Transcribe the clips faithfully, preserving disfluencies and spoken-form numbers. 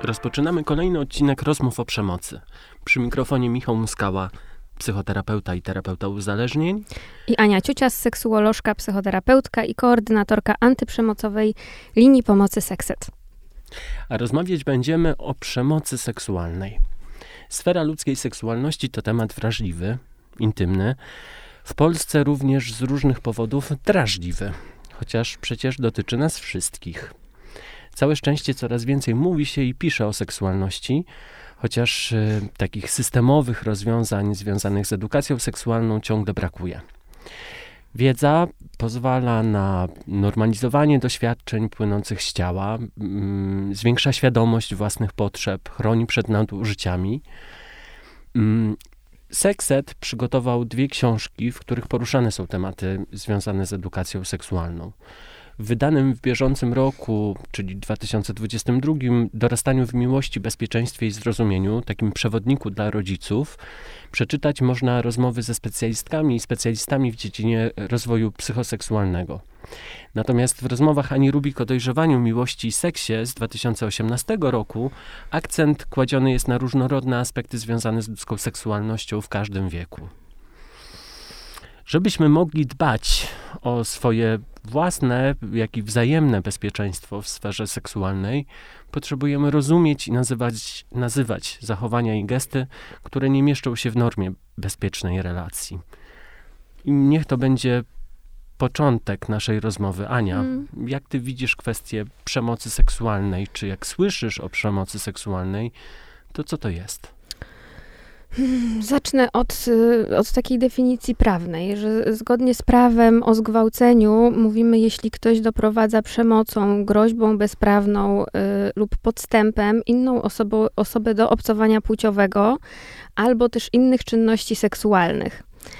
Rozpoczynamy kolejny odcinek Rozmów o przemocy. Przy mikrofonie Michał Muskała, psychoterapeuta i terapeuta uzależnień. I Ania Ciucias, seksuolożka, psychoterapeutka i koordynatorka antyprzemocowej linii pomocy Sekset. A rozmawiać będziemy o przemocy seksualnej. Sfera ludzkiej seksualności to temat wrażliwy, intymny. W Polsce również z różnych powodów drażliwy, chociaż przecież dotyczy nas wszystkich. Całe szczęście coraz więcej mówi się i pisze o seksualności, chociaż y, takich systemowych rozwiązań związanych z edukacją seksualną ciągle brakuje. Wiedza pozwala na normalizowanie doświadczeń płynących z ciała, y, zwiększa świadomość własnych potrzeb, chroni przed nadużyciami. Y, Sekset przygotował dwie książki, w których poruszane są tematy związane z edukacją seksualną. W wydanym w bieżącym roku, czyli dwa tysiące dwudziestym drugim, Dorastaniu w miłości, bezpieczeństwie i zrozumieniu, takim przewodniku dla rodziców, przeczytać można rozmowy ze specjalistkami i specjalistami w dziedzinie rozwoju psychoseksualnego. Natomiast w rozmowach Ani Rubik o dojrzewaniu, miłości i seksie z dwa tysiące osiemnastego roku akcent kładziony jest na różnorodne aspekty związane z ludzką seksualnością w każdym wieku. Żebyśmy mogli dbać o swoje własne, jak i wzajemne bezpieczeństwo w sferze seksualnej, potrzebujemy rozumieć i nazywać, nazywać zachowania i gesty, które nie mieszczą się w normie bezpiecznej relacji. I niech to będzie początek naszej rozmowy. Ania, mm. jak ty widzisz kwestię przemocy seksualnej? Czy jak słyszysz o przemocy seksualnej, to co to jest? Zacznę od, od takiej definicji prawnej, że zgodnie z prawem o zgwałceniu mówimy, jeśli ktoś doprowadza przemocą, groźbą bezprawną y, lub podstępem inną osobę, osobę do obcowania płciowego albo też innych czynności seksualnych.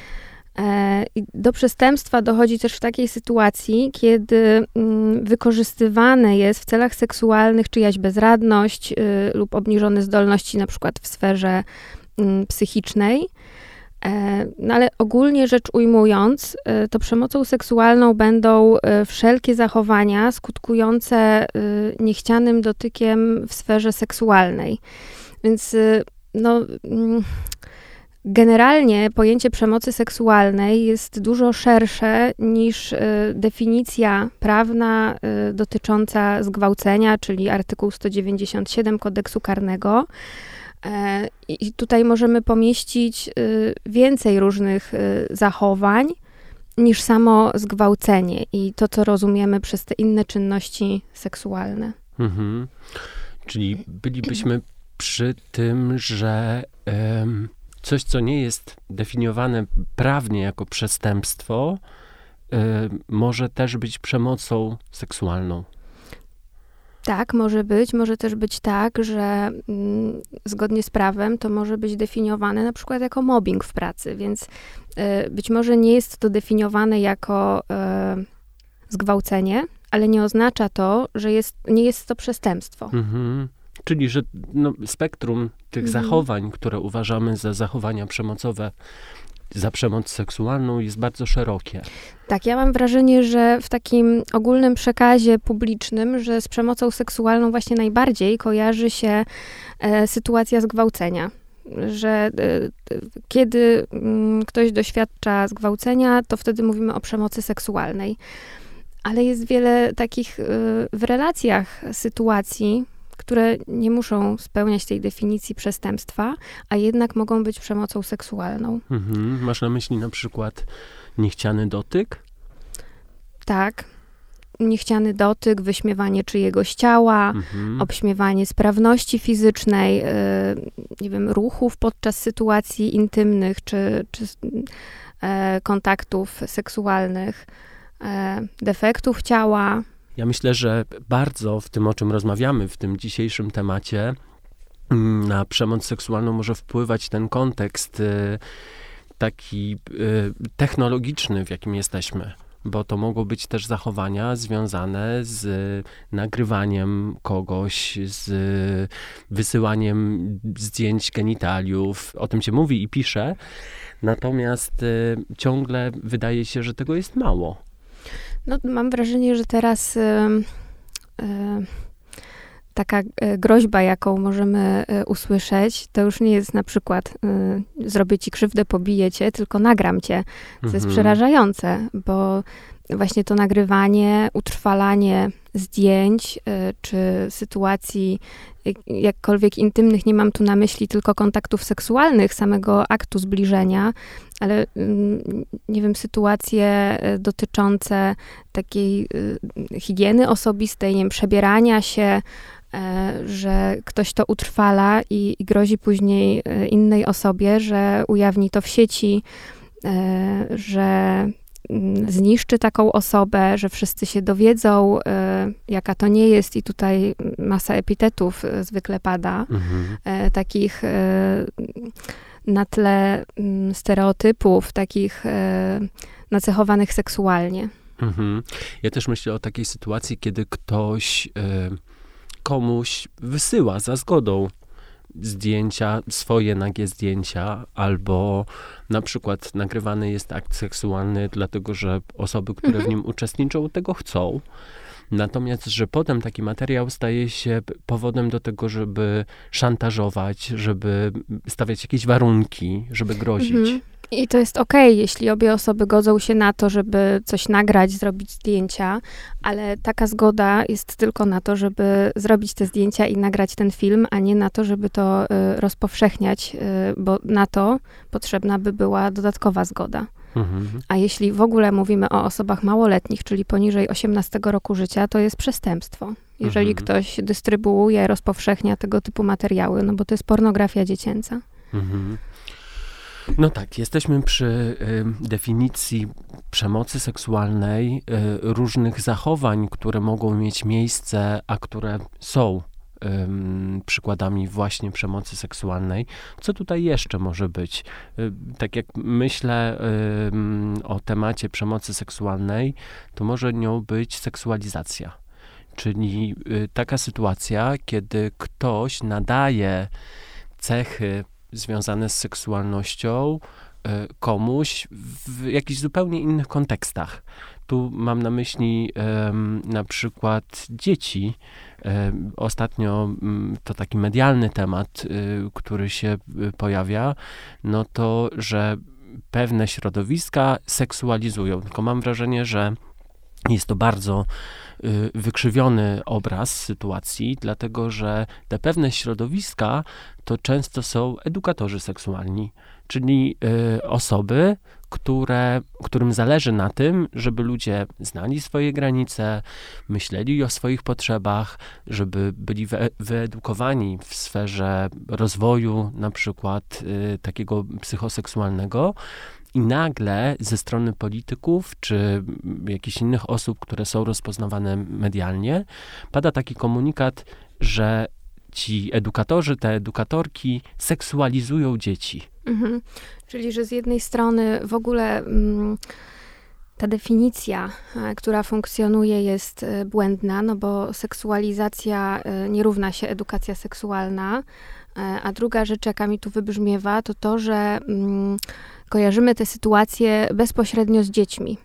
E, do przestępstwa dochodzi też w takiej sytuacji, kiedy y, wykorzystywane jest w celach seksualnych czyjaś bezradność y, lub obniżone zdolności, na przykład w sferze psychicznej, no ale ogólnie rzecz ujmując, to przemocą seksualną będą wszelkie zachowania skutkujące niechcianym dotykiem w sferze seksualnej. Więc no, generalnie pojęcie przemocy seksualnej jest dużo szersze niż definicja prawna dotycząca zgwałcenia, czyli artykuł sto dziewięćdziesiąt siedem Kodeksu Karnego. I tutaj możemy pomieścić więcej różnych zachowań niż samo zgwałcenie i to, co rozumiemy przez te inne czynności seksualne. Mhm. Czyli bylibyśmy przy tym, że um, coś, co nie jest definiowane prawnie jako przestępstwo, um, może też być przemocą seksualną. Tak, może być. Może też być tak, że mm, zgodnie z prawem to może być definiowane na przykład jako mobbing w pracy, więc y, być może nie jest to definiowane jako y, zgwałcenie, ale nie oznacza to, że jest, nie jest to przestępstwo. Mhm. Czyli, że no, spektrum tych mhm. zachowań, które uważamy za zachowania przemocowe, za przemoc seksualną jest bardzo szerokie. Tak, ja mam wrażenie, że w takim ogólnym przekazie publicznym, że z przemocą seksualną właśnie najbardziej kojarzy się e, sytuacja zgwałcenia. Że e, kiedy m, ktoś doświadcza zgwałcenia, to wtedy mówimy o przemocy seksualnej. Ale jest wiele takich e, w relacjach sytuacji, które nie muszą spełniać tej definicji przestępstwa, a jednak mogą być przemocą seksualną. Mhm. Masz na myśli na przykład niechciany dotyk? Tak. Niechciany dotyk, wyśmiewanie czyjegoś ciała, mhm. obśmiewanie sprawności fizycznej, yy, nie wiem, ruchów podczas sytuacji intymnych czy, czy yy, kontaktów seksualnych, yy, defektów ciała. Ja myślę, że bardzo w tym, o czym rozmawiamy w tym dzisiejszym temacie, na przemoc seksualną może wpływać ten kontekst taki technologiczny, w jakim jesteśmy. Bo to mogą być też zachowania związane z nagrywaniem kogoś, z wysyłaniem zdjęć genitaliów. O tym się mówi i pisze. Natomiast y, ciągle wydaje się, że tego jest mało. No, mam wrażenie, że teraz y, y, taka groźba, jaką możemy usłyszeć, to już nie jest na przykład y, zrobię ci krzywdę, pobiję cię, tylko nagram cię. To mhm. jest przerażające, bo właśnie to nagrywanie, utrwalanie zdjęć, y, czy sytuacji jakkolwiek intymnych, nie mam tu na myśli tylko kontaktów seksualnych, samego aktu zbliżenia, ale y, nie wiem, sytuacje dotyczące takiej y, higieny osobistej, nie wiem, przebierania się, że ktoś to utrwala i, i grozi później innej osobie, że ujawni to w sieci, że zniszczy taką osobę, że wszyscy się dowiedzą, jaka to nie jest i tutaj masa epitetów zwykle pada, mhm. takich na tle stereotypów, takich nacechowanych seksualnie. Mhm. Ja też myślę o takiej sytuacji, kiedy ktoś komuś wysyła za zgodą zdjęcia, swoje nagie zdjęcia, albo na przykład nagrywany jest akt seksualny, dlatego że osoby, które mhm. w nim uczestniczą, tego chcą. Natomiast, że potem taki materiał staje się powodem do tego, żeby szantażować, żeby stawiać jakieś warunki, żeby grozić. Mhm. I to jest okej, okay, jeśli obie osoby godzą się na to, żeby coś nagrać, zrobić zdjęcia, ale taka zgoda jest tylko na to, żeby zrobić te zdjęcia i nagrać ten film, a nie na to, żeby to y, rozpowszechniać, y, bo na to potrzebna by była dodatkowa zgoda. Mhm. A jeśli w ogóle mówimy o osobach małoletnich, czyli poniżej osiemnastego roku życia, to jest przestępstwo. Jeżeli mhm. ktoś dystrybuuje, rozpowszechnia tego typu materiały, no bo to jest pornografia dziecięca. Mhm. No tak, jesteśmy przy y, definicji przemocy seksualnej, y, różnych zachowań, które mogą mieć miejsce, a które są y, przykładami właśnie przemocy seksualnej. Co tutaj jeszcze może być? Y, tak jak myślę y, o temacie przemocy seksualnej, to może nią być seksualizacja. Czyli y, taka sytuacja, kiedy ktoś nadaje cechy związane z seksualnością komuś w jakichś zupełnie innych kontekstach. Tu mam na myśli um, na przykład dzieci. Um, ostatnio um, to taki medialny temat, um, który się pojawia, no to, że pewne środowiska seksualizują. Tylko mam wrażenie, że jest to bardzo y, wykrzywiony obraz sytuacji, dlatego że te pewne środowiska to często są edukatorzy seksualni, czyli y, osoby, które, którym zależy na tym, żeby ludzie znali swoje granice, myśleli o swoich potrzebach, żeby byli wy, wyedukowani w sferze rozwoju na przykład y, takiego psychoseksualnego. I nagle ze strony polityków, czy jakichś innych osób, które są rozpoznawane medialnie, pada taki komunikat, że ci edukatorzy, te edukatorki seksualizują dzieci. Mhm. Czyli, że z jednej strony w ogóle mm, ta definicja, która funkcjonuje, jest błędna, no bo seksualizacja nie równa się edukacja seksualna, a druga rzecz, jaka mi tu wybrzmiewa, to to, że mm, kojarzymy te sytuacje bezpośrednio z dziećmi.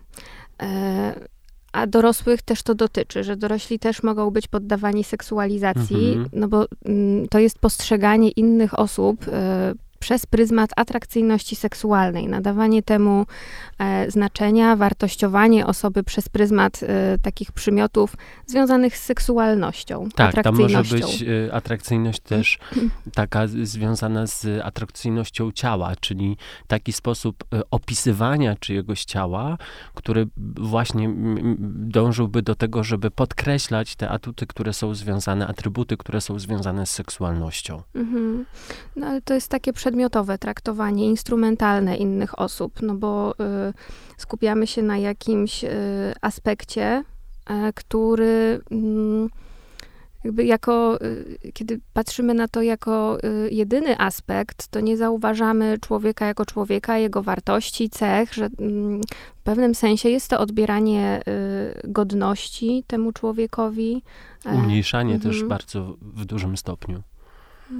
A dorosłych też to dotyczy, że dorośli też mogą być poddawani seksualizacji, mhm. no bo mm, to jest postrzeganie innych osób y, przez pryzmat atrakcyjności seksualnej, nadawanie temu e, znaczenia, wartościowanie osoby przez pryzmat e, takich przymiotów związanych z seksualnością, tak, atrakcyjnością. Tam może być e, atrakcyjność też taka związana z atrakcyjnością ciała, czyli taki sposób e, opisywania czyjegoś ciała, który właśnie m, dążyłby do tego, żeby podkreślać te atuty, które są związane, atrybuty, które są związane z seksualnością. Mhm. No ale to jest takie przedmiotowe traktowanie, instrumentalne innych osób, no bo y, skupiamy się na jakimś y, aspekcie, y, który y, jakby jako, y, kiedy patrzymy na to jako y, jedyny aspekt, to nie zauważamy człowieka jako człowieka, jego wartości, cech, że y, w pewnym sensie jest to odbieranie y, godności temu człowiekowi. Umniejszanie y, też y, bardzo w dużym stopniu. Y.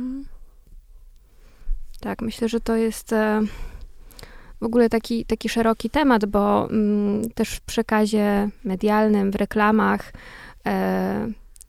Tak, myślę, że to jest e, w ogóle taki, taki szeroki temat, bo m, też w przekazie medialnym, w reklamach e,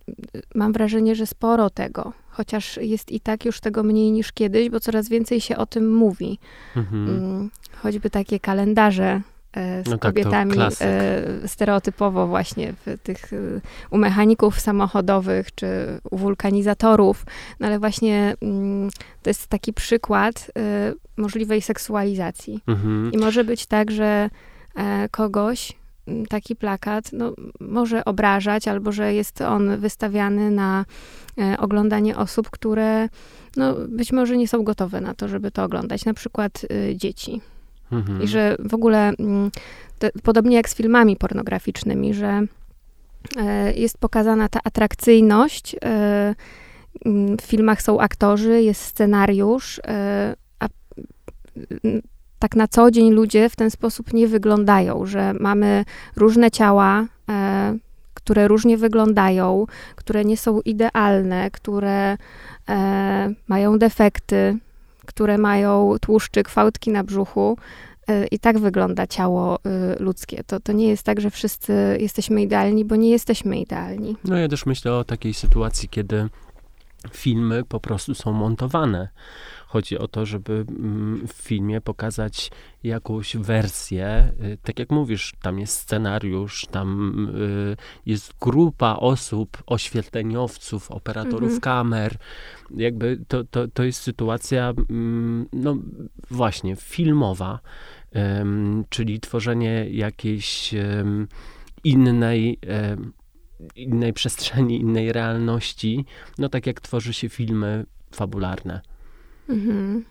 mam wrażenie, że sporo tego, chociaż jest i tak już tego mniej niż kiedyś, bo coraz więcej się o tym mówi. Mhm. Choćby takie kalendarze z no kobietami tak, stereotypowo właśnie w tych u mechaników samochodowych czy u wulkanizatorów, no ale właśnie to jest taki przykład możliwej seksualizacji. Mhm. I może być tak, że kogoś taki plakat no, może obrażać, albo że jest on wystawiany na oglądanie osób, które no, być może nie są gotowe na to, żeby to oglądać, na przykład dzieci. I że w ogóle, to, podobnie jak z filmami pornograficznymi, że e, jest pokazana ta atrakcyjność, e, w filmach są aktorzy, jest scenariusz, e, a tak na co dzień ludzie w ten sposób nie wyglądają, że mamy różne ciała, e, które różnie wyglądają, które nie są idealne, które e, mają defekty, które mają tłuszczyk, fałdki na brzuchu. I tak wygląda ciało ludzkie. To, to nie jest tak, że wszyscy jesteśmy idealni, bo nie jesteśmy idealni. No ja też myślę o takiej sytuacji, kiedy filmy po prostu są montowane. Chodzi o to, żeby w filmie pokazać jakąś wersję. Tak jak mówisz, tam jest scenariusz, tam jest grupa osób, oświetleniowców, operatorów mhm. kamer. Jakby to, to, to jest sytuacja, no właśnie, filmowa, czyli tworzenie jakiejś innej innej przestrzeni, innej realności, no tak jak tworzy się filmy fabularne. Mhm.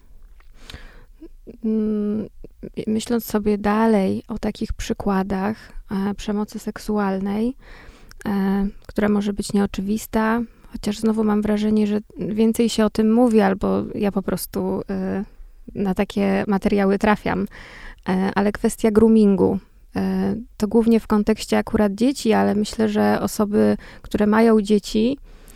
Myśląc sobie dalej o takich przykładach e, przemocy seksualnej, e, która może być nieoczywista, chociaż znowu mam wrażenie, że więcej się o tym mówi, albo ja po prostu e, na takie materiały trafiam, e, ale kwestia groomingu. To głównie w kontekście akurat dzieci, ale myślę, że osoby, które mają dzieci,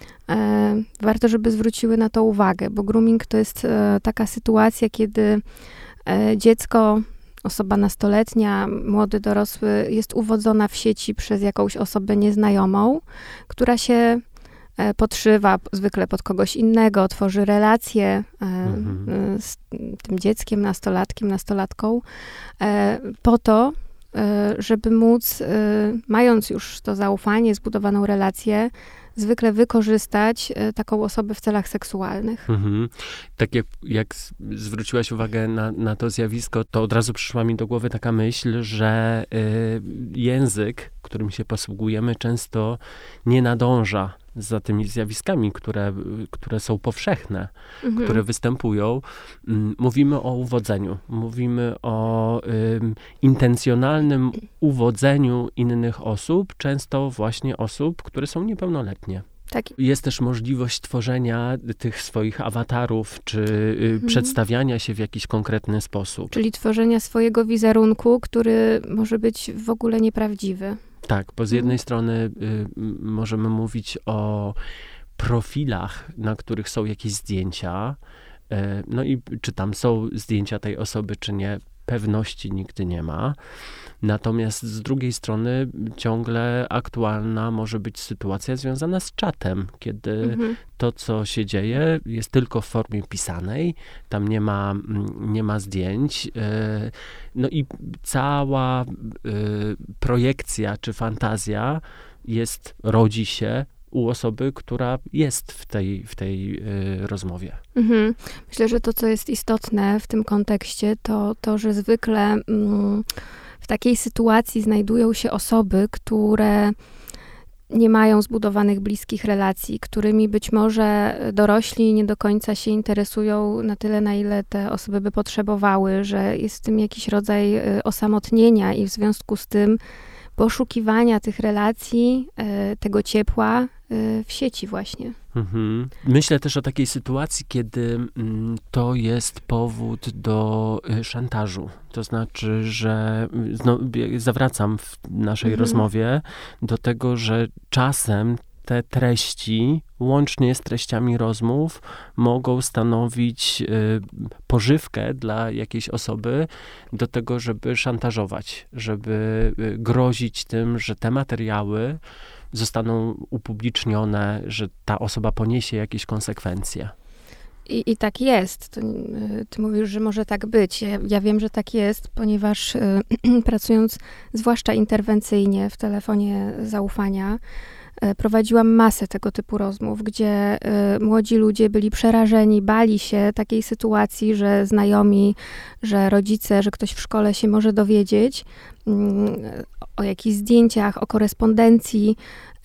e, warto, żeby zwróciły na to uwagę, bo grooming to jest e, taka sytuacja, kiedy e, dziecko, osoba nastoletnia, młody dorosły jest uwodzona w sieci przez jakąś osobę nieznajomą, która się e, podszywa zwykle pod kogoś innego, tworzy relacje e, mhm. z tym dzieckiem, nastolatkiem, nastolatką, e, po to, żeby móc, mając już to zaufanie, zbudowaną relację, zwykle wykorzystać taką osobę w celach seksualnych. Mhm. Tak jak, jak zwróciłaś uwagę na, na to zjawisko, to od razu przyszła mi do głowy taka myśl, że y, język, którym się posługujemy, często nie nadąża za tymi zjawiskami, które, które są powszechne, mhm. które występują. Mówimy o uwodzeniu. Mówimy o um, intencjonalnym uwodzeniu innych osób, często właśnie osób, które są niepełnoletnie. Tak. Jest też możliwość tworzenia tych swoich awatarów, czy mhm. przedstawiania się w jakiś konkretny sposób. Czyli tworzenia swojego wizerunku, który może być w ogóle nieprawdziwy. Tak, bo z jednej mhm. strony y, możemy mówić o profilach, na których są jakieś zdjęcia, y, no i czy tam są zdjęcia tej osoby, czy nie, pewności nigdy nie ma. Natomiast z drugiej strony ciągle aktualna może być sytuacja związana z czatem, kiedy mhm. to, co się dzieje, jest tylko w formie pisanej, tam nie ma, nie ma zdjęć. No i cała projekcja czy fantazja jest, rodzi się u osoby, która jest w tej, w tej y, rozmowie. Mhm. Myślę, że to, co jest istotne w tym kontekście, to to, że zwykle mm, w takiej sytuacji znajdują się osoby, które nie mają zbudowanych bliskich relacji, którymi być może dorośli nie do końca się interesują na tyle, na ile te osoby by potrzebowały, że jest w tym jakiś rodzaj osamotnienia i w związku z tym poszukiwania tych relacji, tego ciepła w sieci właśnie. Mhm. Myślę też o takiej sytuacji, kiedy to jest powód do szantażu. To znaczy, że no, zawracam w naszej mhm. rozmowie do tego, że czasem te treści, łącznie z treściami rozmów, mogą stanowić y, pożywkę dla jakiejś osoby do tego, żeby szantażować, żeby y, grozić tym, że te materiały zostaną upublicznione, że ta osoba poniesie jakieś konsekwencje. I, I tak jest. To, ty mówisz, że może tak być. Ja, ja wiem, że tak jest, ponieważ y, pracując zwłaszcza interwencyjnie w telefonie zaufania, y, prowadziłam masę tego typu rozmów, gdzie y, młodzi ludzie byli przerażeni, bali się takiej sytuacji, że znajomi, że rodzice, że ktoś w szkole się może dowiedzieć y, o jakichś zdjęciach, o korespondencji,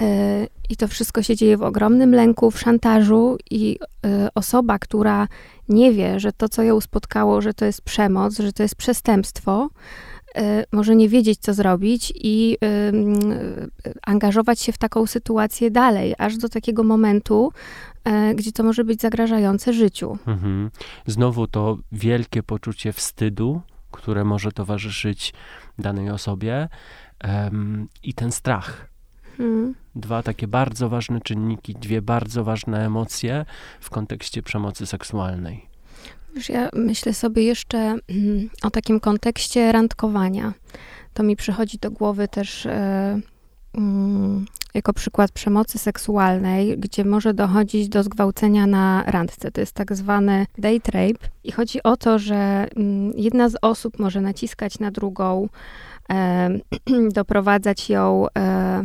i to wszystko się dzieje w ogromnym lęku, w szantażu i osoba, która nie wie, że to, co ją spotkało, że to jest przemoc, że to jest przestępstwo, może nie wiedzieć, co zrobić i angażować się w taką sytuację dalej, aż do takiego momentu, gdzie to może być zagrażające życiu. Mhm. Znowu to wielkie poczucie wstydu, które może towarzyszyć danej osobie, um, i ten strach. Hmm. Dwa takie bardzo ważne czynniki, dwie bardzo ważne emocje w kontekście przemocy seksualnej. Wiesz, ja myślę sobie jeszcze mm, o takim kontekście randkowania. To mi przychodzi do głowy też e, mm, jako przykład przemocy seksualnej, gdzie może dochodzić do zgwałcenia na randce. To jest tak zwany date rape. I chodzi o to, że mm, jedna z osób może naciskać na drugą, e, doprowadzać ją e,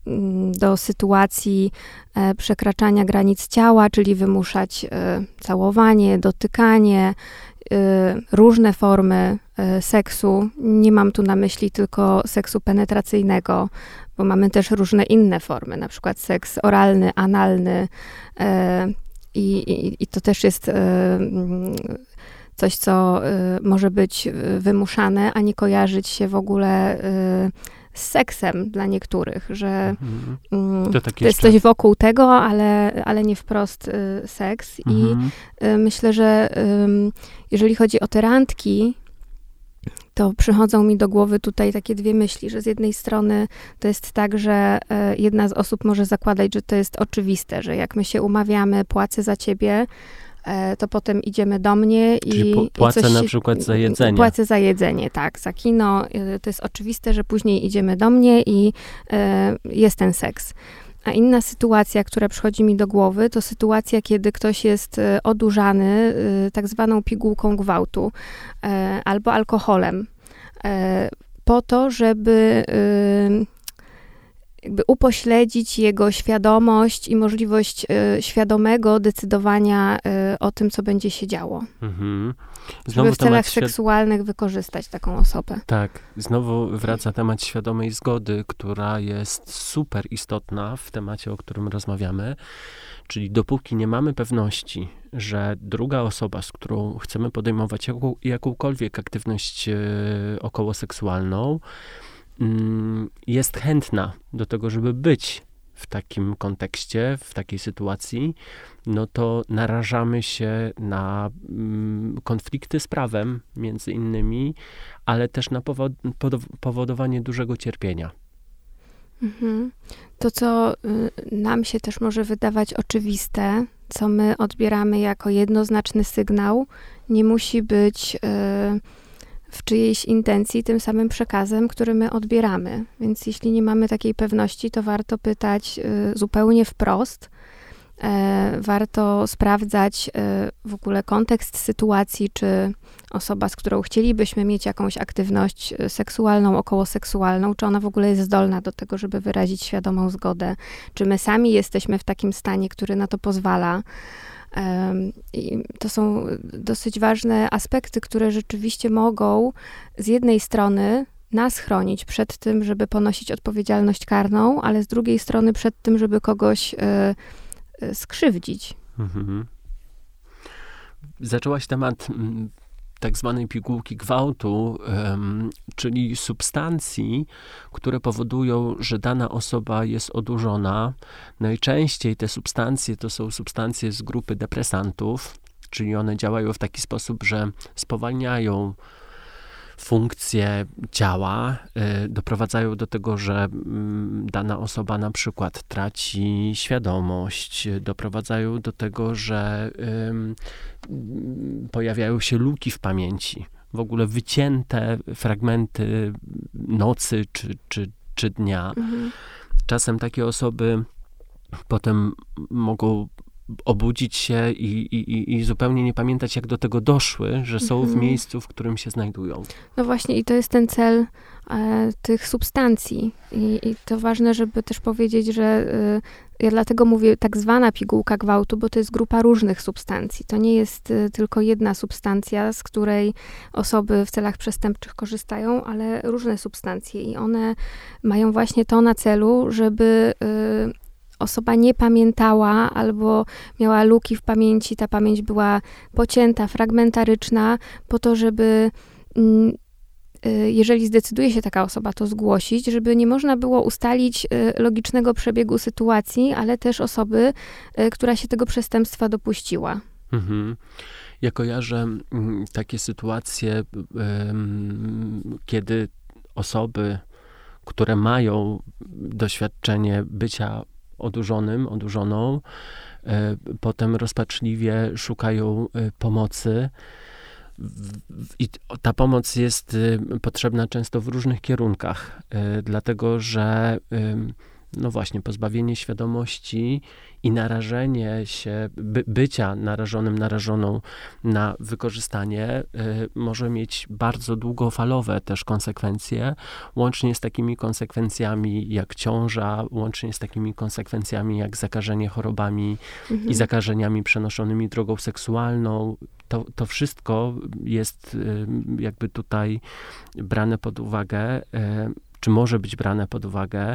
do sytuacji e, przekraczania granic ciała, czyli wymuszać e, całowanie, dotykanie, e, różne formy e, seksu. Nie mam tu na myśli tylko seksu penetracyjnego, bo mamy też różne inne formy, na przykład seks oralny, analny e, i, i, i to też jest e, coś, co y, może być wymuszane, a nie kojarzyć się w ogóle y, z seksem dla niektórych, że mm. to, tak to jest coś wokół tego, ale, ale nie wprost y, seks. Mhm. I y, myślę, że y, jeżeli chodzi o te randki, to przychodzą mi do głowy tutaj takie dwie myśli, że z jednej strony to jest tak, że y, jedna z osób może zakładać, że to jest oczywiste, że jak my się umawiamy, płacę za ciebie, to potem idziemy do mnie i... Czyli płacę i coś, na przykład za jedzenie. Płacę za jedzenie, tak, za kino. To jest oczywiste, że później idziemy do mnie i e, jest ten seks. A inna sytuacja, która przychodzi mi do głowy, to sytuacja, kiedy ktoś jest odurzany e, tak zwaną pigułką gwałtu e, albo alkoholem. E, po to, żeby... E, jakby upośledzić jego świadomość i możliwość y, świadomego decydowania y, o tym, co będzie się działo. Mhm. Znowu żeby w celach świad... seksualnych wykorzystać taką osobę. Tak. Znowu wraca temat świadomej zgody, która jest super istotna w temacie, o którym rozmawiamy. Czyli dopóki nie mamy pewności, że druga osoba, z którą chcemy podejmować jaką, jakąkolwiek aktywność y, okołoseksualną, jest chętna do tego, żeby być w takim kontekście, w takiej sytuacji, no to narażamy się na mm, konflikty z prawem, między innymi, ale też na powod- powodowanie dużego cierpienia. Mhm. To, co y, nam się też może wydawać oczywiste, co my odbieramy jako jednoznaczny sygnał, nie musi być... Y, w czyjejś intencji tym samym przekazem, który my odbieramy. Więc jeśli nie mamy takiej pewności, to warto pytać y, zupełnie wprost. E, warto sprawdzać y, w ogóle kontekst sytuacji, czy osoba, z którą chcielibyśmy mieć jakąś aktywność seksualną, okołoseksualną, czy ona w ogóle jest zdolna do tego, żeby wyrazić świadomą zgodę. Czy my sami jesteśmy w takim stanie, który na to pozwala. I to są dosyć ważne aspekty, które rzeczywiście mogą z jednej strony nas chronić przed tym, żeby ponosić odpowiedzialność karną, ale z drugiej strony przed tym, żeby kogoś y, y, skrzywdzić. Mhm. Zaczęłaś temat m, tak zwanej pigułki gwałtu, um, czyli substancji, które powodują, że dana osoba jest odurzona. Najczęściej te substancje to są substancje z grupy depresantów, czyli one działają w taki sposób, że spowalniają funkcje ciała doprowadzają do tego, że dana osoba na przykład traci świadomość, doprowadzają do tego, że pojawiają się luki w pamięci, w ogóle wycięte fragmenty nocy czy, czy, czy dnia. Mhm. Czasem takie osoby potem mogą obudzić się i, i, i zupełnie nie pamiętać, jak do tego doszły, że są mhm. w miejscu, w którym się znajdują. No właśnie i to jest ten cel e, tych substancji. I, I to ważne, żeby też powiedzieć, że e, ja dlatego mówię tak zwana pigułka gwałtu, bo to jest grupa różnych substancji. To nie jest e, tylko jedna substancja, z której osoby w celach przestępczych korzystają, ale różne substancje i one mają właśnie to na celu, żeby e, osoba nie pamiętała albo miała luki w pamięci, ta pamięć była pocięta, fragmentaryczna, po to, żeby jeżeli zdecyduje się taka osoba to zgłosić, żeby nie można było ustalić logicznego przebiegu sytuacji, ale też osoby, która się tego przestępstwa dopuściła. Mhm. Ja kojarzę takie sytuacje, kiedy osoby, które mają doświadczenie bycia odurzonym, odurzoną, potem rozpaczliwie szukają pomocy i ta pomoc jest potrzebna często w różnych kierunkach, dlatego że no właśnie, pozbawienie świadomości i narażenie się, by, bycia narażonym, narażoną na wykorzystanie y, może mieć bardzo długofalowe też konsekwencje, łącznie z takimi konsekwencjami jak ciąża, łącznie z takimi konsekwencjami jak zakażenie chorobami mhm. i zakażeniami przenoszonymi drogą seksualną. To, to wszystko jest y, jakby tutaj brane pod uwagę, y, czy może być brane pod uwagę.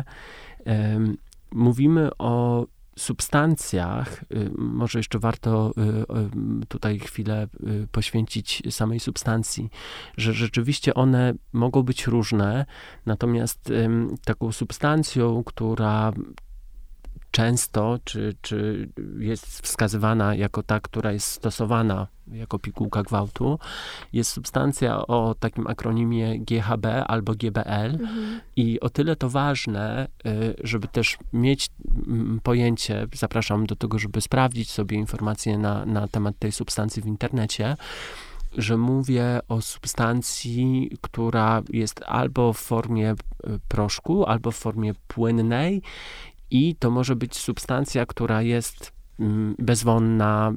Mówimy o substancjach, może jeszcze warto tutaj chwilę poświęcić samej substancji, że rzeczywiście one mogą być różne, natomiast taką substancją, która często, czy, czy jest wskazywana jako ta, która jest stosowana jako pigułka gwałtu, jest substancja o takim akronimie G H B albo G B L mhm. i o tyle to ważne, żeby też mieć pojęcie, zapraszam do tego, żeby sprawdzić sobie informacje na, na temat tej substancji w internecie, że mówię o substancji, która jest albo w formie proszku, albo w formie płynnej. I to może być substancja, która jest bezwonna,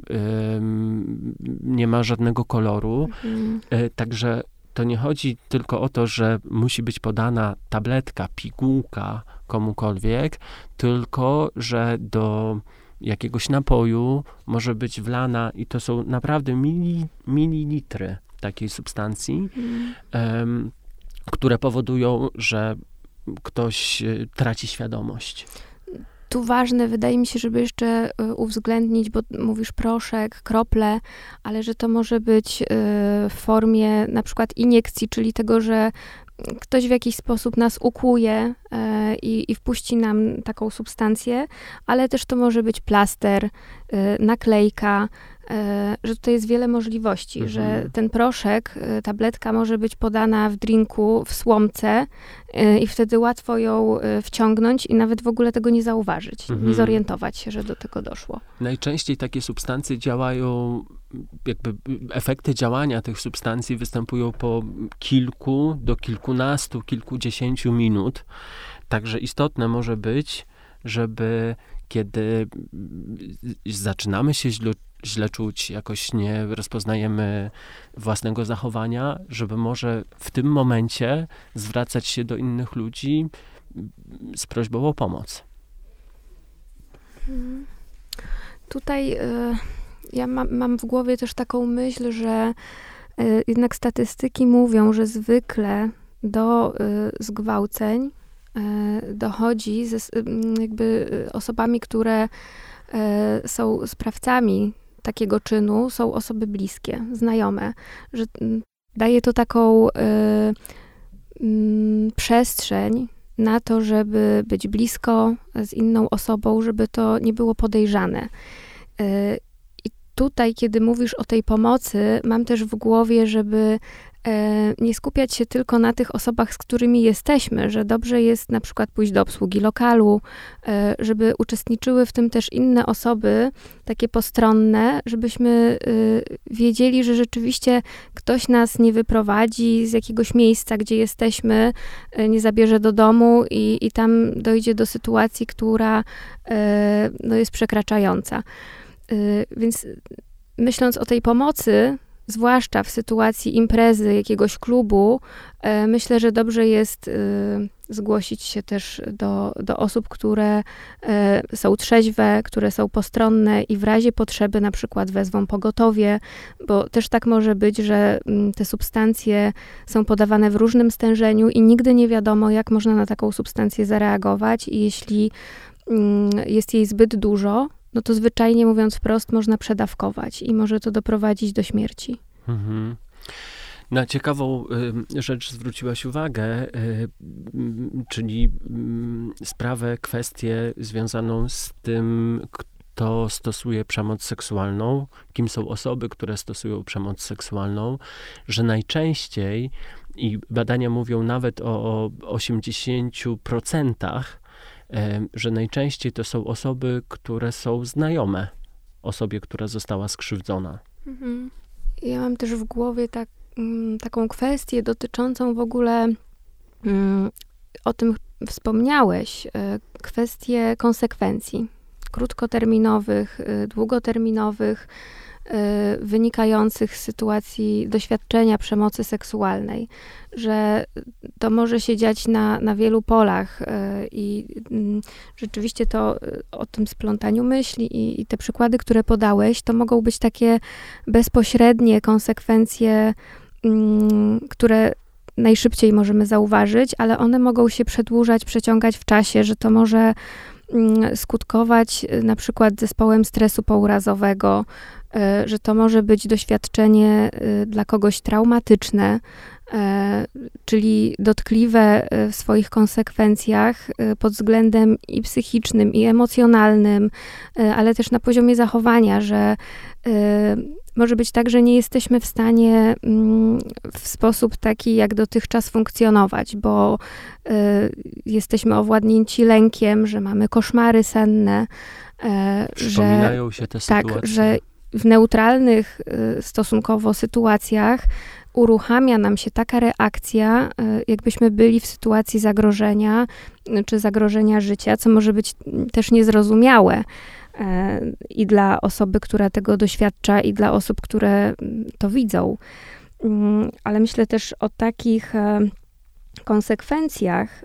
nie ma żadnego koloru. Mhm. Także to nie chodzi tylko o to, że musi być podana tabletka, pigułka komukolwiek, tylko że do jakiegoś napoju może być wlana i to są naprawdę mili, mililitry takiej substancji, mhm. które powodują, że ktoś traci świadomość. Tu ważne, wydaje mi się, żeby jeszcze uwzględnić, bo mówisz proszek, krople, ale że to może być w formie na przykład iniekcji, czyli tego, że ktoś w jakiś sposób nas ukłuje i, i wpuści nam taką substancję, ale też to może być plaster, naklejka, że tutaj jest wiele możliwości, mhm. że ten proszek, tabletka może być podana w drinku, w słomce i wtedy łatwo ją wciągnąć i nawet w ogóle tego nie zauważyć, mhm. nie zorientować się, że do tego doszło. Najczęściej takie substancje działają, jakby efekty działania tych substancji występują po kilku do kilkunastu, kilkudziesięciu minut. Także istotne może być, żeby kiedy zaczynamy się źle, źle czuć, jakoś nie rozpoznajemy własnego zachowania, żeby może w tym momencie zwracać się do innych ludzi z prośbą o pomoc. Tutaj y, ja mam, mam w głowie też taką myśl, że y, jednak statystyki mówią, że zwykle do y, zgwałceń dochodzi ze jakby osobami, które są sprawcami takiego czynu, są osoby bliskie, znajome, że daje to taką przestrzeń na to, żeby być blisko z inną osobą, żeby to nie było podejrzane. I tutaj, kiedy mówisz o tej pomocy, mam też w głowie, żeby nie skupiać się tylko na tych osobach, z którymi jesteśmy, że dobrze jest na przykład pójść do obsługi lokalu, żeby uczestniczyły w tym też inne osoby, takie postronne, żebyśmy wiedzieli, że rzeczywiście ktoś nas nie wyprowadzi z jakiegoś miejsca, gdzie jesteśmy, nie zabierze do domu i, i tam dojdzie do sytuacji, która no, jest przekraczająca. Więc myśląc o tej pomocy, zwłaszcza w sytuacji imprezy, jakiegoś klubu, e, myślę, że dobrze jest e, zgłosić się też do, do osób, które e, są trzeźwe, które są postronne i w razie potrzeby na przykład wezwą pogotowie, bo też tak może być, że m, te substancje są podawane w różnym stężeniu i nigdy nie wiadomo, jak można na taką substancję zareagować i jeśli m, jest jej zbyt dużo, no to zwyczajnie mówiąc wprost można przedawkować i może to doprowadzić do śmierci. Mhm. Na ciekawą y, rzecz zwróciłaś uwagę, y, y, czyli y, sprawę, kwestię związaną z tym, kto stosuje przemoc seksualną, kim są osoby, które stosują przemoc seksualną, że najczęściej, i badania mówią nawet o osiemdziesięciu procentach, że najczęściej to są osoby, które są znajome osobie, która została skrzywdzona. Mhm. Ja mam też w głowie tak, m, taką kwestię dotyczącą w ogóle, m, o tym wspomniałeś, y, kwestię konsekwencji krótkoterminowych, y, długoterminowych, y, wynikających z sytuacji doświadczenia przemocy seksualnej, że to może się dziać na, na wielu polach y, i y, rzeczywiście to y, o tym splątaniu myśli i, i te przykłady, które podałeś, to mogą być takie bezpośrednie konsekwencje, y, które najszybciej możemy zauważyć, ale one mogą się przedłużać, przeciągać w czasie, że to może skutkować na przykład zespołem stresu pourazowego, że to może być doświadczenie dla kogoś traumatyczne, czyli dotkliwe w swoich konsekwencjach pod względem i psychicznym, i emocjonalnym, ale też na poziomie zachowania, że może być tak, że nie jesteśmy w stanie w sposób taki jak dotychczas funkcjonować, bo jesteśmy owładnięci lękiem, że mamy koszmary senne. Przypominają że, się te tak, sytuacje. że w neutralnych stosunkowo sytuacjach uruchamia nam się taka reakcja, jakbyśmy byli w sytuacji zagrożenia czy zagrożenia życia, co może być też niezrozumiałe i dla osoby, która tego doświadcza, i dla osób, które to widzą. Ale myślę też o takich konsekwencjach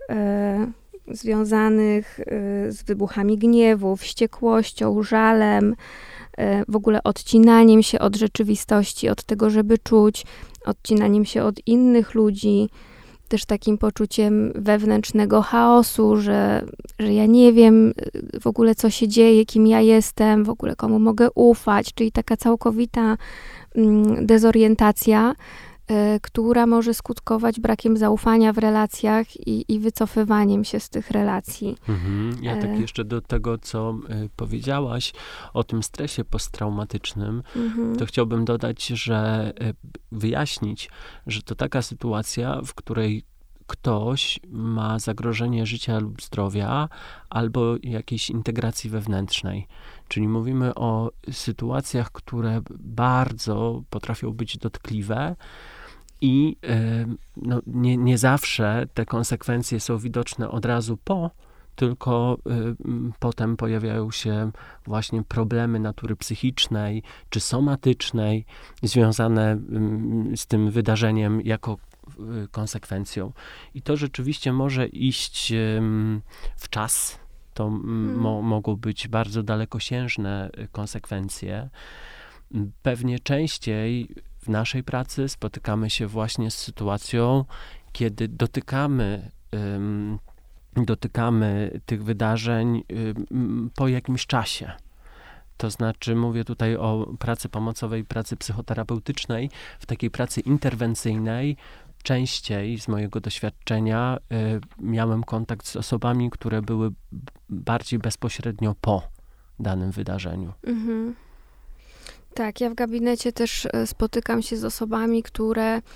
związanych z wybuchami gniewu, wściekłością, żalem, w ogóle odcinaniem się od rzeczywistości, od tego, żeby czuć, odcinaniem się od innych ludzi, też takim poczuciem wewnętrznego chaosu, że, że ja nie wiem w ogóle, co się dzieje, kim ja jestem, w ogóle komu mogę ufać, czyli taka całkowita mm, dezorientacja, y, która może skutkować brakiem zaufania w relacjach i, i wycofywaniem się z tych relacji. Mhm. Ja tak jeszcze do tego, co y, powiedziałaś o tym stresie posttraumatycznym, mhm. to chciałbym dodać, że y, wyjaśnić, że to taka sytuacja, w której ktoś ma zagrożenie życia lub zdrowia albo jakiejś integracji wewnętrznej. Czyli mówimy o sytuacjach, które bardzo potrafią być dotkliwe i y, no, nie, nie zawsze te konsekwencje są widoczne od razu po, tylko y, potem pojawiają się właśnie problemy natury psychicznej czy somatycznej związane y, z tym wydarzeniem jako y, konsekwencją. I to rzeczywiście może iść y, w czas. To hmm. mo, mogą być bardzo dalekosiężne konsekwencje. Pewnie częściej w naszej pracy spotykamy się właśnie z sytuacją, kiedy dotykamy um, dotykamy tych wydarzeń um, po jakimś czasie. To znaczy, mówię tutaj o pracy pomocowej, pracy psychoterapeutycznej, w takiej pracy interwencyjnej. Częściej z mojego doświadczenia y, miałem kontakt z osobami, które były bardziej bezpośrednio po danym wydarzeniu. Mhm. Tak, ja w gabinecie też spotykam się z osobami, które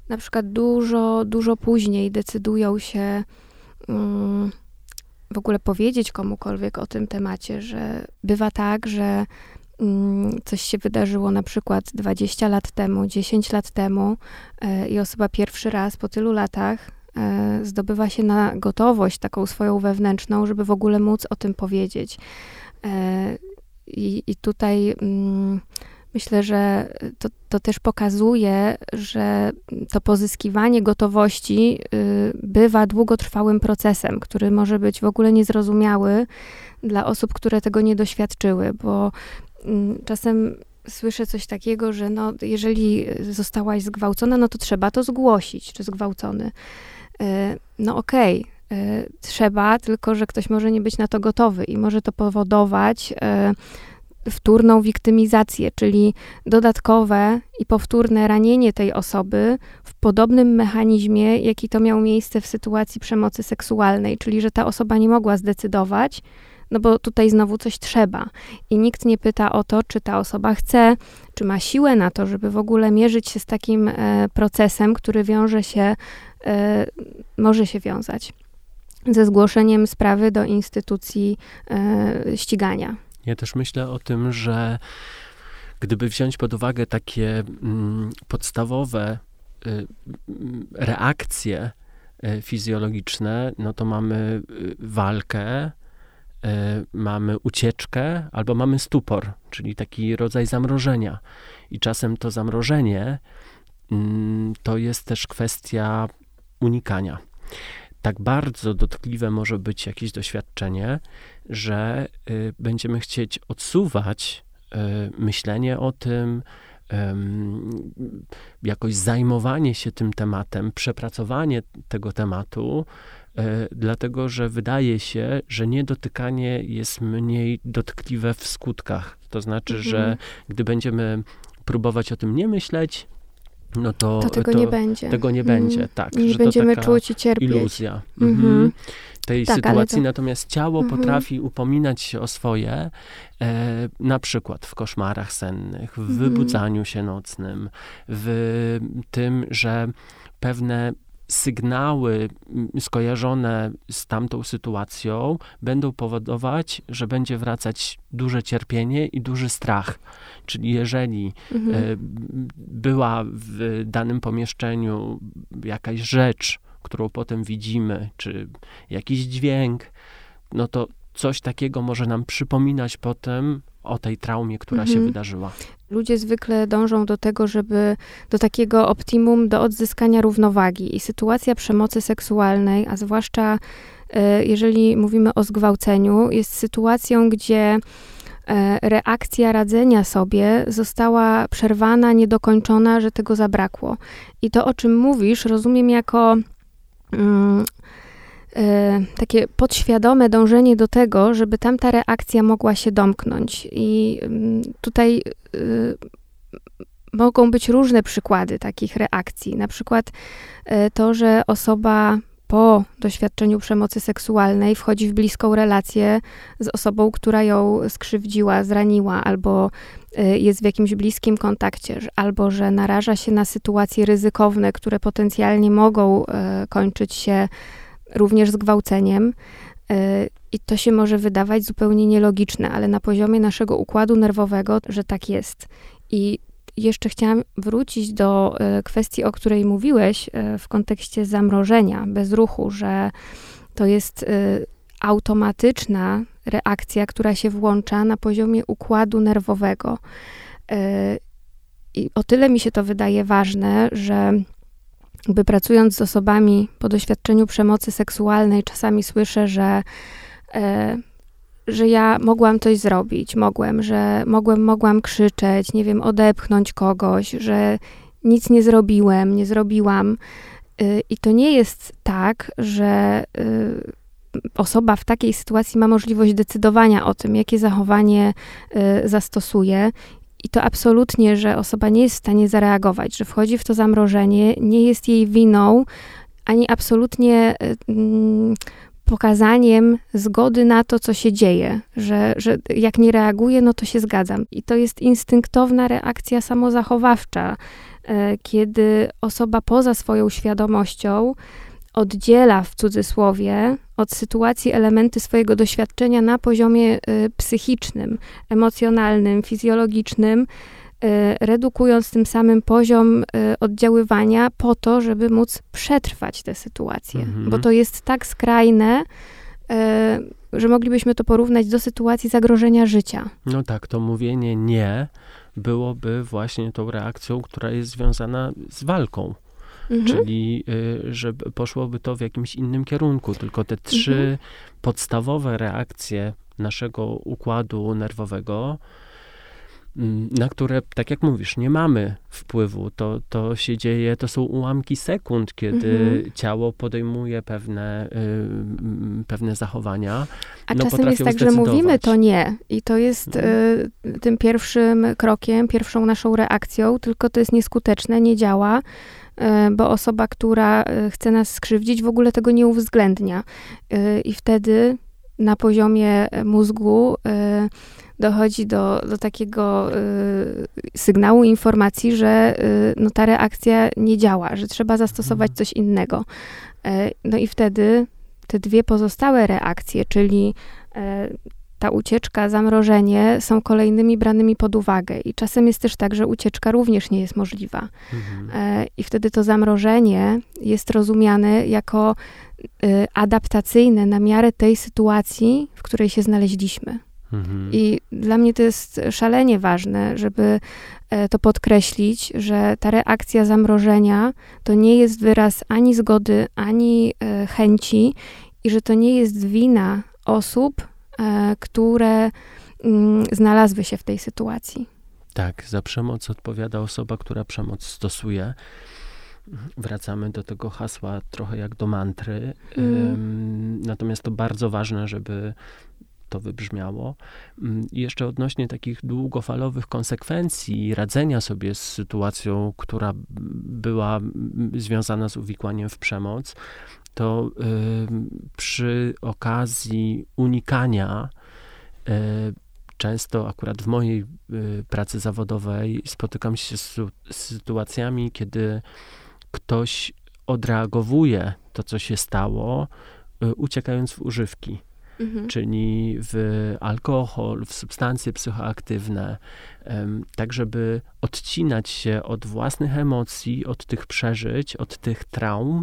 na przykład dużo, dużo później decydują się um, w ogóle powiedzieć komukolwiek o tym temacie, że bywa tak, że um, coś się wydarzyło na przykład dwadzieścia lat temu, dziesięć lat temu e, i osoba pierwszy raz po tylu latach e, zdobywa się na gotowość taką swoją wewnętrzną, żeby w ogóle móc o tym powiedzieć. E, i, I tutaj um, myślę, że to, to też pokazuje, że to pozyskiwanie gotowości y, bywa długotrwałym procesem, który może być w ogóle niezrozumiały dla osób, które tego nie doświadczyły, bo y, czasem słyszę coś takiego, że no, jeżeli zostałaś zgwałcona, no to trzeba to zgłosić, czy zgwałcony. Y, no okej, okay, trzeba, tylko że ktoś może nie być na to gotowy i może to powodować y, wtórną wiktymizację, czyli dodatkowe i powtórne ranienie tej osoby w podobnym mechanizmie, jaki to miało miejsce w sytuacji przemocy seksualnej, czyli że ta osoba nie mogła zdecydować, no bo tutaj znowu coś trzeba. I nikt nie pyta o to, czy ta osoba chce, czy ma siłę na to, żeby w ogóle mierzyć się z takim e, procesem, który wiąże się, e, może się wiązać ze zgłoszeniem sprawy do instytucji e, ścigania. Ja też myślę o tym, że gdyby wziąć pod uwagę takie mm, podstawowe y, reakcje y, fizjologiczne, no to mamy y, walkę, y, mamy ucieczkę albo mamy stupor, czyli taki rodzaj zamrożenia. I czasem to zamrożenie y, to jest też kwestia unikania. Tak bardzo dotkliwe może być jakieś doświadczenie, że y, będziemy chcieć odsuwać y, myślenie o tym, y, jakoś zajmowanie się tym tematem, przepracowanie tego tematu, y, dlatego że wydaje się, że niedotykanie jest mniej dotkliwe w skutkach. To znaczy, mhm. że gdy będziemy próbować o tym nie myśleć, no to, to tego to nie będzie. Tego nie będzie, mm. tak. Nie że będziemy to taka czuć i cierpieć. Iluzja Mm-hmm. mhm. tej tak, sytuacji, to... natomiast ciało mm-hmm. potrafi upominać się o swoje, e, na przykład w koszmarach sennych, w mm-hmm. wybudzaniu się nocnym, w tym, że pewne sygnały skojarzone z tamtą sytuacją będą powodować, że będzie wracać duże cierpienie i duży strach. Czyli jeżeli mhm. e, była w danym pomieszczeniu jakaś rzecz, którą potem widzimy, czy jakiś dźwięk, no to coś takiego może nam przypominać potem o tej traumie, która mhm. się wydarzyła. Ludzie zwykle dążą do tego, żeby do takiego optimum, do odzyskania równowagi. I sytuacja przemocy seksualnej, a zwłaszcza y, jeżeli mówimy o zgwałceniu, jest sytuacją, gdzie y, reakcja radzenia sobie została przerwana, niedokończona, że tego zabrakło. I to, o czym mówisz, rozumiem jako y, y, takie podświadome dążenie do tego, żeby tamta reakcja mogła się domknąć. I y, tutaj y, mogą być różne przykłady takich reakcji. Na przykład y, to, że osoba po doświadczeniu przemocy seksualnej wchodzi w bliską relację z osobą, która ją skrzywdziła, zraniła, albo y, jest w jakimś bliskim kontakcie, albo że naraża się na sytuacje ryzykowne, które potencjalnie mogą y, kończyć się również zgwałceniem. I to się może wydawać zupełnie nielogiczne, ale na poziomie naszego układu nerwowego, że tak jest. I jeszcze chciałam wrócić do kwestii, o której mówiłeś w kontekście zamrożenia, bezruchu, że to jest automatyczna reakcja, która się włącza na poziomie układu nerwowego. I o tyle mi się to wydaje ważne, że jakby pracując z osobami po doświadczeniu przemocy seksualnej, czasami słyszę, że, e, że ja mogłam coś zrobić, mogłem, że mogłem, mogłam krzyczeć, nie wiem, odepchnąć kogoś, że nic nie zrobiłem, nie zrobiłam. E, I to nie jest tak, że e, osoba w takiej sytuacji ma możliwość decydowania o tym, jakie zachowanie e, zastosuje. I to absolutnie, że osoba nie jest w stanie zareagować, że wchodzi w to zamrożenie, nie jest jej winą, ani absolutnie mm, pokazaniem zgody na to, co się dzieje, że, że jak nie reaguje, no to się zgadzam. I to jest instynktowna reakcja samozachowawcza, kiedy osoba poza swoją świadomością oddziela w cudzysłowie od sytuacji elementy swojego doświadczenia na poziomie psychicznym, emocjonalnym, fizjologicznym, redukując tym samym poziom oddziaływania po to, żeby móc przetrwać tę sytuację. Mhm. Bo to jest tak skrajne, że moglibyśmy to porównać do sytuacji zagrożenia życia. No tak, to mówienie nie byłoby właśnie tą reakcją, która jest związana z walką. Mhm. Czyli, że poszłoby to w jakimś innym kierunku. Tylko te trzy mhm. podstawowe reakcje naszego układu nerwowego, na które, tak jak mówisz, nie mamy wpływu. To, to się dzieje, to są ułamki sekund, kiedy mhm. ciało podejmuje pewne, y, pewne zachowania. A no, czasem jest tak, że mówimy to nie. I to jest y, tym pierwszym krokiem, pierwszą naszą reakcją, tylko to jest nieskuteczne, nie działa, y, bo osoba, która chce nas skrzywdzić, w ogóle tego nie uwzględnia. Y, I wtedy na poziomie mózgu y, dochodzi do, do takiego y, sygnału, informacji, że y, no, ta reakcja nie działa, że trzeba zastosować coś innego. Y, no i wtedy te dwie pozostałe reakcje, czyli y, ta ucieczka, zamrożenie, są kolejnymi branymi pod uwagę. I czasem jest też tak, że ucieczka również nie jest możliwa. Mhm. Y, I wtedy to zamrożenie jest rozumiane jako y, adaptacyjne na miarę tej sytuacji, w której się znaleźliśmy. Mhm. I dla mnie to jest szalenie ważne, żeby to podkreślić, że ta reakcja zamrożenia to nie jest wyraz ani zgody, ani chęci i że to nie jest wina osób, które znalazły się w tej sytuacji. Tak, za przemoc odpowiada osoba, która przemoc stosuje. Wracamy do tego hasła trochę jak do mantry. Mm. Natomiast to bardzo ważne, żeby to wybrzmiało. I jeszcze odnośnie takich długofalowych konsekwencji radzenia sobie z sytuacją, która była związana z uwikłaniem w przemoc, to y, przy okazji unikania y, często akurat w mojej y, pracy zawodowej spotykam się z, z sytuacjami, kiedy ktoś odreagowuje to, co się stało, y, uciekając w używki. Mhm. Czyli w alkohol, w substancje psychoaktywne, um, tak żeby odcinać się od własnych emocji, od tych przeżyć, od tych traum.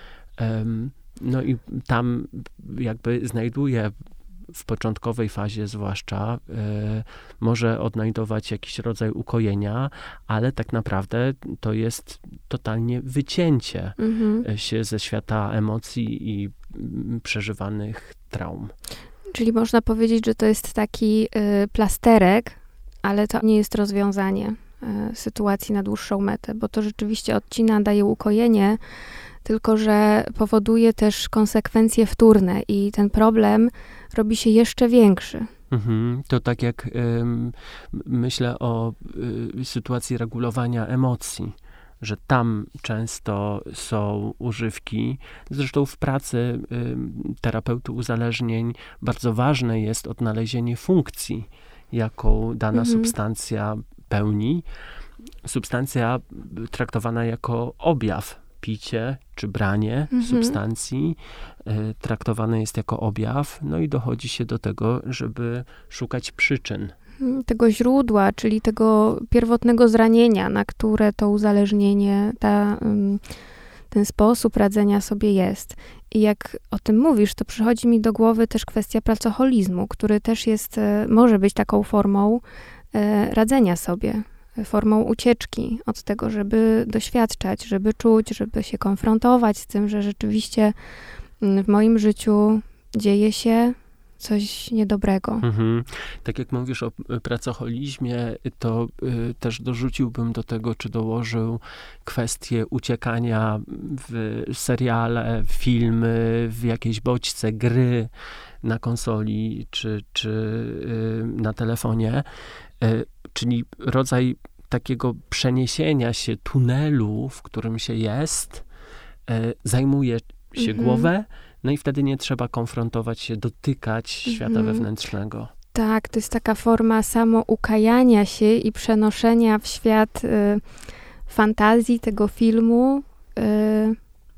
Um, no i tam jakby znajduje w początkowej fazie zwłaszcza, y, może odnajdować jakiś rodzaj ukojenia, ale tak naprawdę to jest totalnie wycięcie mhm. się ze świata emocji i y, przeżywanych traum. Czyli można powiedzieć, że to jest taki y, plasterek, ale to nie jest rozwiązanie y, sytuacji na dłuższą metę, bo to rzeczywiście odcina, daje ukojenie, tylko że powoduje też konsekwencje wtórne i ten problem robi się jeszcze większy. Mhm. To tak jak ym, myślę o y, sytuacji regulowania emocji, że tam często są używki. Zresztą w pracy y, terapeuty uzależnień bardzo ważne jest odnalezienie funkcji, jaką dana mhm. substancja pełni. Substancja traktowana jako objaw. Picie czy branie mhm. substancji y, traktowane jest jako objaw, no i dochodzi się do tego, żeby szukać przyczyn. Tego źródła, czyli tego pierwotnego zranienia, na które to uzależnienie, ta, ten sposób radzenia sobie jest. I jak o tym mówisz, to przychodzi mi do głowy też kwestia pracoholizmu, który też jest, może być taką formą radzenia sobie. Formą ucieczki od tego, żeby doświadczać, żeby czuć, żeby się konfrontować z tym, że rzeczywiście w moim życiu dzieje się coś niedobrego. Mhm. Tak jak mówisz o pracoholizmie, to y, też dorzuciłbym do tego, czy dołożył kwestię uciekania w seriale, filmy, w jakieś bodźce, gry na konsoli, czy, czy y, na telefonie. Y, czyli rodzaj takiego przeniesienia się tunelu, w którym się jest, y, zajmuje się mhm. głowę, no i wtedy nie trzeba konfrontować się, dotykać mhm. świata wewnętrznego. Tak, to jest taka forma samoukajania się i przenoszenia w świat, y, fantazji tego filmu, y,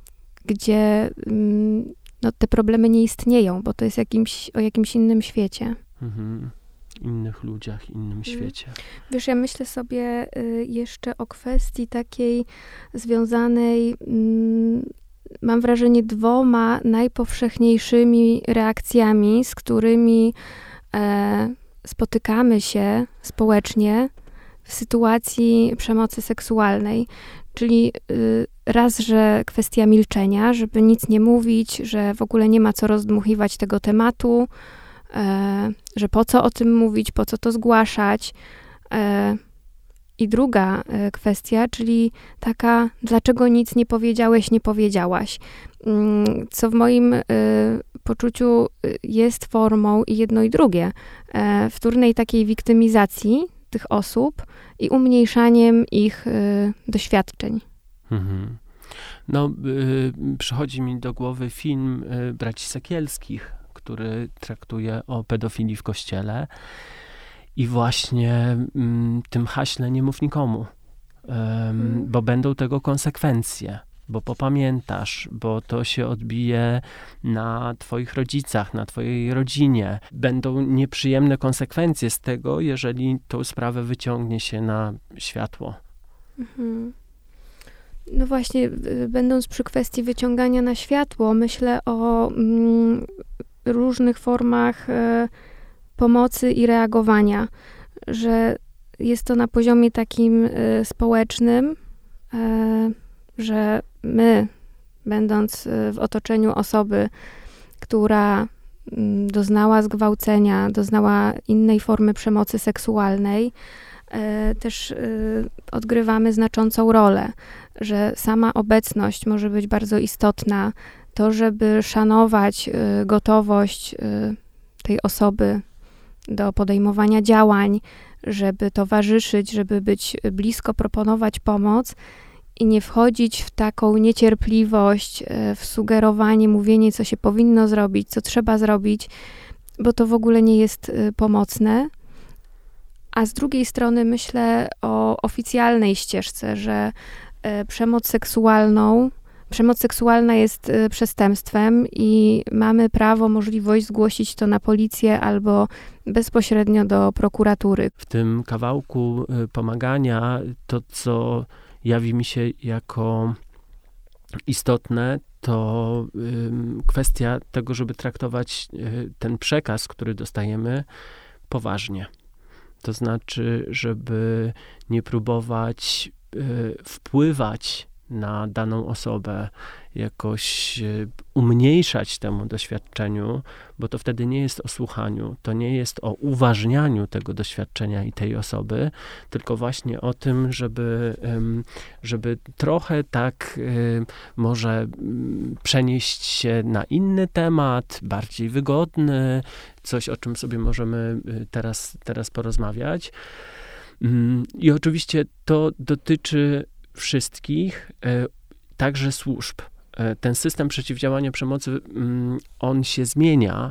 gdzie y, no, te problemy nie istnieją, bo to jest jakimś, o jakimś innym świecie. Mhm. Innych ludziach, innym świecie. Wiesz, ja myślę sobie y, jeszcze o kwestii takiej związanej, y, mam wrażenie, dwoma najpowszechniejszymi reakcjami, z którymi e, spotykamy się społecznie w sytuacji przemocy seksualnej. Czyli y, raz, że kwestia milczenia, żeby nic nie mówić, że w ogóle nie ma co rozdmuchiwać tego tematu, e, że po co o tym mówić, po co to zgłaszać. E, I druga e, kwestia, czyli taka, dlaczego nic nie powiedziałeś, nie powiedziałaś. Mm, co w moim y, poczuciu y, jest formą i jedno i drugie. E, wtórnej takiej wiktymizacji tych osób i umniejszaniem ich y, doświadczeń. Mhm. No, y, przychodzi mi do głowy film y, braci Sekielskich, który traktuje o pedofilii w kościele i właśnie y, tym haśle nie mów nikomu, y, hmm. bo będą tego konsekwencje, bo popamiętasz, bo to się odbije na twoich rodzicach, na twojej rodzinie. Będą nieprzyjemne konsekwencje z tego, jeżeli tą sprawę wyciągnie się na światło. Mhm. No właśnie, będąc przy kwestii wyciągania na światło, myślę o mm, różnych formach e, pomocy i reagowania, że jest to na poziomie takim e, społecznym, e, że my, będąc w otoczeniu osoby, która mm, doznała zgwałcenia, doznała innej formy przemocy seksualnej, e, też e, odgrywamy znaczącą rolę, że sama obecność może być bardzo istotna. To, żeby szanować y, gotowość y, tej osoby do podejmowania działań, żeby towarzyszyć, żeby być blisko, proponować pomoc i nie wchodzić w taką niecierpliwość, y, w sugerowanie, mówienie, co się powinno zrobić, co trzeba zrobić, bo to w ogóle nie jest y, pomocne. A z drugiej strony myślę o oficjalnej ścieżce, że przemoc seksualną, przemoc seksualna jest przestępstwem i mamy prawo, możliwość zgłosić to na policję albo bezpośrednio do prokuratury. W tym kawałku pomagania to, co jawi mi się jako istotne, to kwestia tego, żeby traktować ten przekaz, który dostajemy, poważnie. To znaczy, żeby nie próbować wpływać na daną osobę, jakoś umniejszać temu doświadczeniu, bo to wtedy nie jest o słuchaniu, to nie jest o uważnianiu tego doświadczenia i tej osoby, tylko właśnie o tym, żeby, żeby trochę tak może przenieść się na inny temat, bardziej wygodny, coś, o czym sobie możemy teraz, teraz porozmawiać. I oczywiście to dotyczy wszystkich, także służb. Ten system przeciwdziałania przemocy, on się zmienia.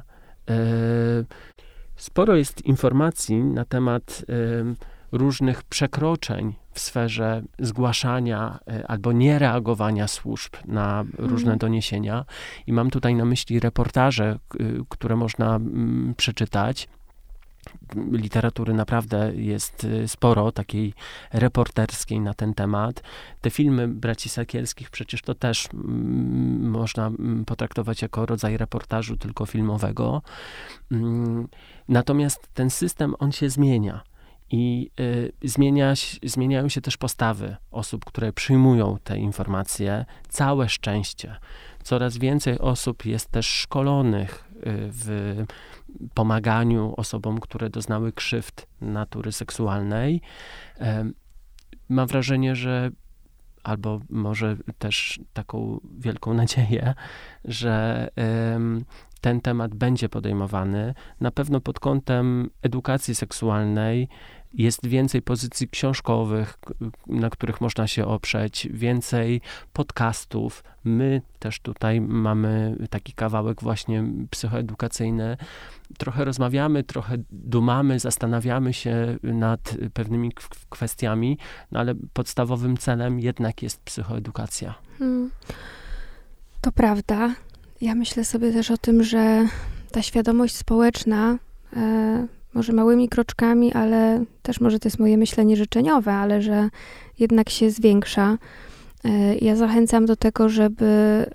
Sporo jest informacji na temat różnych przekroczeń w sferze zgłaszania albo niereagowania służb na różne mm. doniesienia. I mam tutaj na myśli reportaże, które można przeczytać. Literatury naprawdę jest sporo, takiej reporterskiej na ten temat. Te filmy braci Sekielskich przecież to też mm, można potraktować jako rodzaj reportażu, tylko filmowego. Mm, natomiast ten system, on się zmienia. I y, zmienia, zmieniają się też postawy osób, które przyjmują te informacje. Całe szczęście. Coraz więcej osób jest też szkolonych y, w pomaganiu osobom, które doznały krzywd natury seksualnej. Y, mam wrażenie, że albo może też taką wielką nadzieję, że y, ten temat będzie podejmowany, na pewno pod kątem edukacji seksualnej, Jest więcej pozycji książkowych, na których można się oprzeć, więcej podcastów. My też tutaj mamy taki kawałek właśnie psychoedukacyjny. Trochę rozmawiamy, trochę dumamy, zastanawiamy się nad pewnymi kwestiami, no ale podstawowym celem jednak jest psychoedukacja. Hmm. To prawda. Ja myślę sobie też o tym, że ta świadomość społeczna e, może małymi kroczkami, ale też może to jest moje myślenie życzeniowe, ale że jednak się zwiększa. Ja zachęcam do tego, żeby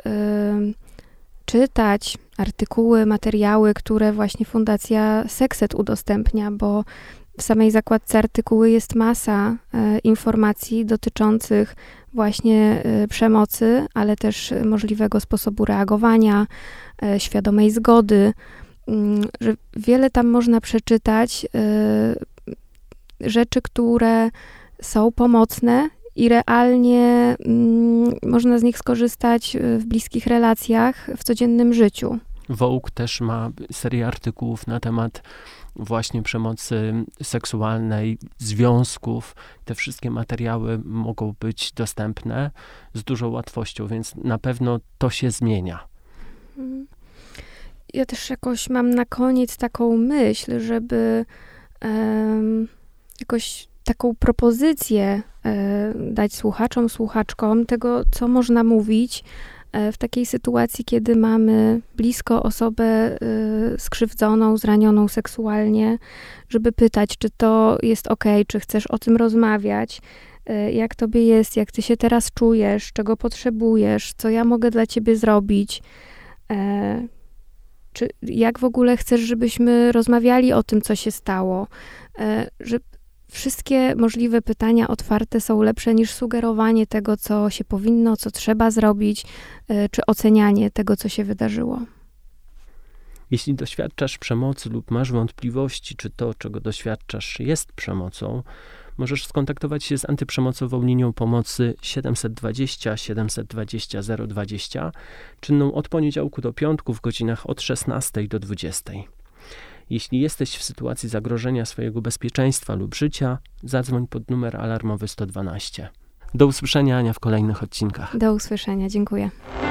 czytać artykuły, materiały, które właśnie Fundacja Sekset udostępnia, bo w samej zakładce artykuły jest masa informacji dotyczących właśnie przemocy, ale też możliwego sposobu reagowania, świadomej zgody, że wiele tam można przeczytać rzeczy, które są pomocne i realnie mm, można z nich skorzystać w bliskich relacjach, w codziennym życiu. Vogue też ma serię artykułów na temat właśnie przemocy seksualnej, związków. Te wszystkie materiały mogą być dostępne z dużą łatwością, więc na pewno to się zmienia. Ja też jakoś mam na koniec taką myśl, żeby um, jakoś taką propozycję e, dać słuchaczom, słuchaczkom tego, co można mówić e, w takiej sytuacji, kiedy mamy blisko osobę e, skrzywdzoną, zranioną seksualnie, żeby pytać, czy to jest okej, czy chcesz o tym rozmawiać, e, jak tobie jest, jak ty się teraz czujesz, czego potrzebujesz, co ja mogę dla ciebie zrobić, e, czy jak w ogóle chcesz, żebyśmy rozmawiali o tym, co się stało, e, że wszystkie możliwe pytania otwarte są lepsze niż sugerowanie tego, co się powinno, co trzeba zrobić, czy ocenianie tego, co się wydarzyło. Jeśli doświadczasz przemocy lub masz wątpliwości, czy to, czego doświadczasz, jest przemocą, możesz skontaktować się z antyprzemocową linią pomocy siedemset dwadzieścia siedemset dwadzieścia zero dwadzieścia, czynną od poniedziałku do piątku w godzinach od szesnastej do dwudziestej. Jeśli jesteś w sytuacji zagrożenia swojego bezpieczeństwa lub życia, zadzwoń pod numer alarmowy sto dwanaście. Do usłyszenia, Ania, w kolejnych odcinkach. Do usłyszenia, dziękuję.